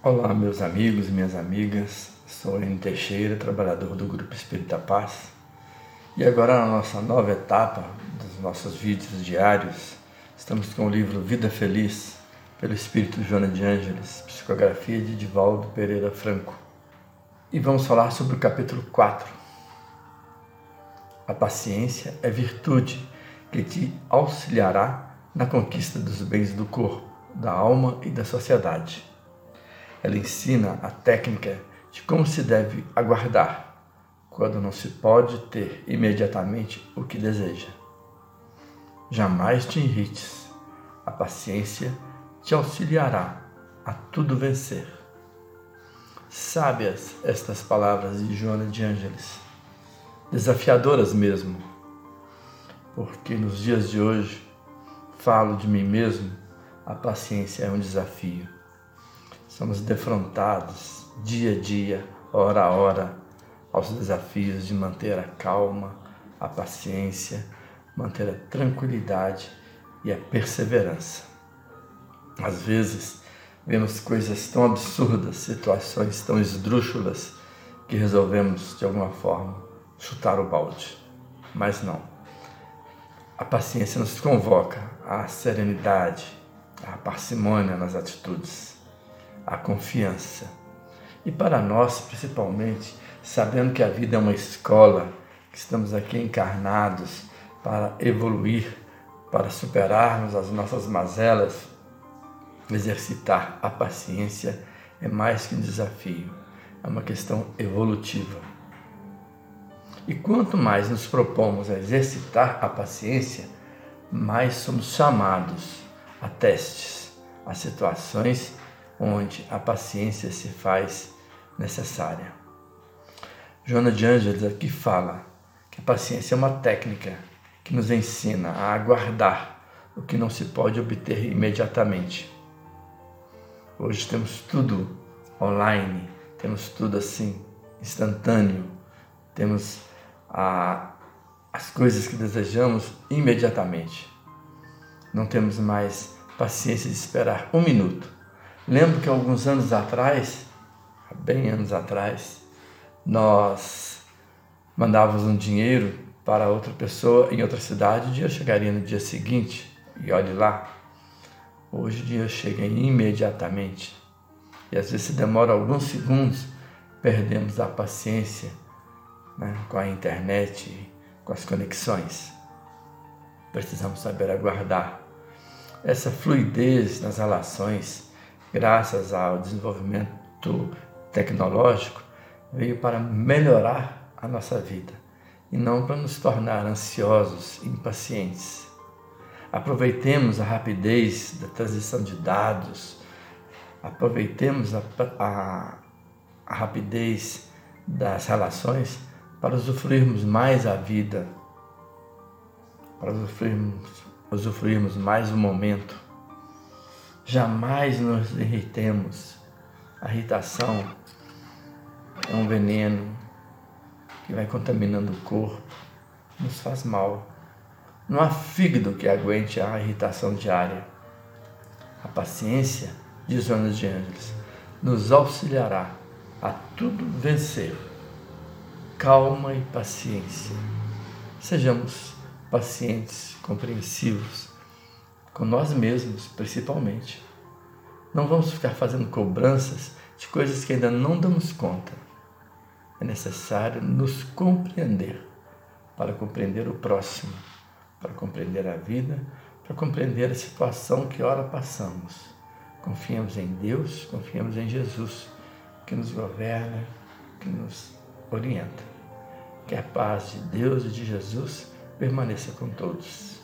Olá, meus amigos e minhas amigas. Sou N. Teixeira, trabalhador do Grupo Espírita Paz. E agora, na nossa nova etapa dos nossos vídeos diários, estamos com o livro Vida Feliz, pelo Espírito Joana de Ângeles, psicografia de Divaldo Pereira Franco. E vamos falar sobre o capítulo 4. A paciência é virtude que te auxiliará na conquista dos bens do corpo, da alma e da sociedade. Ela ensina a técnica de como se deve aguardar, quando não se pode ter imediatamente o que deseja. Jamais te irrites, a paciência te auxiliará a tudo vencer. Sábias estas palavras de Joana de Ângeles, desafiadoras mesmo, porque nos dias de hoje, falo de mim mesmo, a paciência é um desafio. Somos defrontados dia a dia, hora a hora, aos desafios de manter a calma, a paciência, manter a tranquilidade e a perseverança. Às vezes, vemos coisas tão absurdas, situações tão esdrúxulas, que resolvemos, de alguma forma, chutar o balde. Mas não. A paciência nos convoca à serenidade, à parcimônia nas atitudes, à confiança. E para nós, principalmente, sabendo que a vida é uma escola, que estamos aqui encarnados para evoluir, para superarmos as nossas mazelas, exercitar a paciência é mais que um desafio, é uma questão evolutiva. E quanto mais nos propomos a exercitar a paciência, mais somos chamados a testes, a situações onde a paciência se faz necessária. Joana de Ângeles aqui fala que a paciência é uma técnica que nos ensina a aguardar o que não se pode obter imediatamente. Hoje temos tudo online, temos tudo assim, instantâneo, temos as coisas que desejamos imediatamente. Não temos mais paciência de esperar um minuto. Lembro que alguns anos atrás, bem anos atrás, nós mandávamos um dinheiro para outra pessoa em outra cidade, o dinheiro chegaria no dia seguinte, e olhe lá, hoje o dinheiro chega imediatamente. E às vezes se demora alguns segundos, perdemos a paciência, com a internet, com as conexões. Precisamos saber aguardar. Essa fluidez nas relações, graças ao desenvolvimento tecnológico, veio para melhorar a nossa vida e não para nos tornar ansiosos e impacientes. Aproveitemos a rapidez da transição de dados, aproveitemos a rapidez das relações para usufruirmos mais a vida, para usufruirmos mais o momento. Jamais nos irritemos. A irritação é um veneno que vai contaminando o corpo, nos faz mal. Não há fígado que aguente a irritação diária. A paciência, diz Joana de Ângeles, nos auxiliará a tudo vencer. Calma e paciência. Sejamos pacientes, compreensivos, com nós mesmos, principalmente. Não vamos ficar fazendo cobranças de coisas que ainda não damos conta. É necessário nos compreender, para compreender o próximo, para compreender a vida, para compreender a situação que ora passamos. Confiemos em Deus, confiemos em Jesus, que nos governa, que nos orienta. Que a paz de Deus e de Jesus permaneça com todos.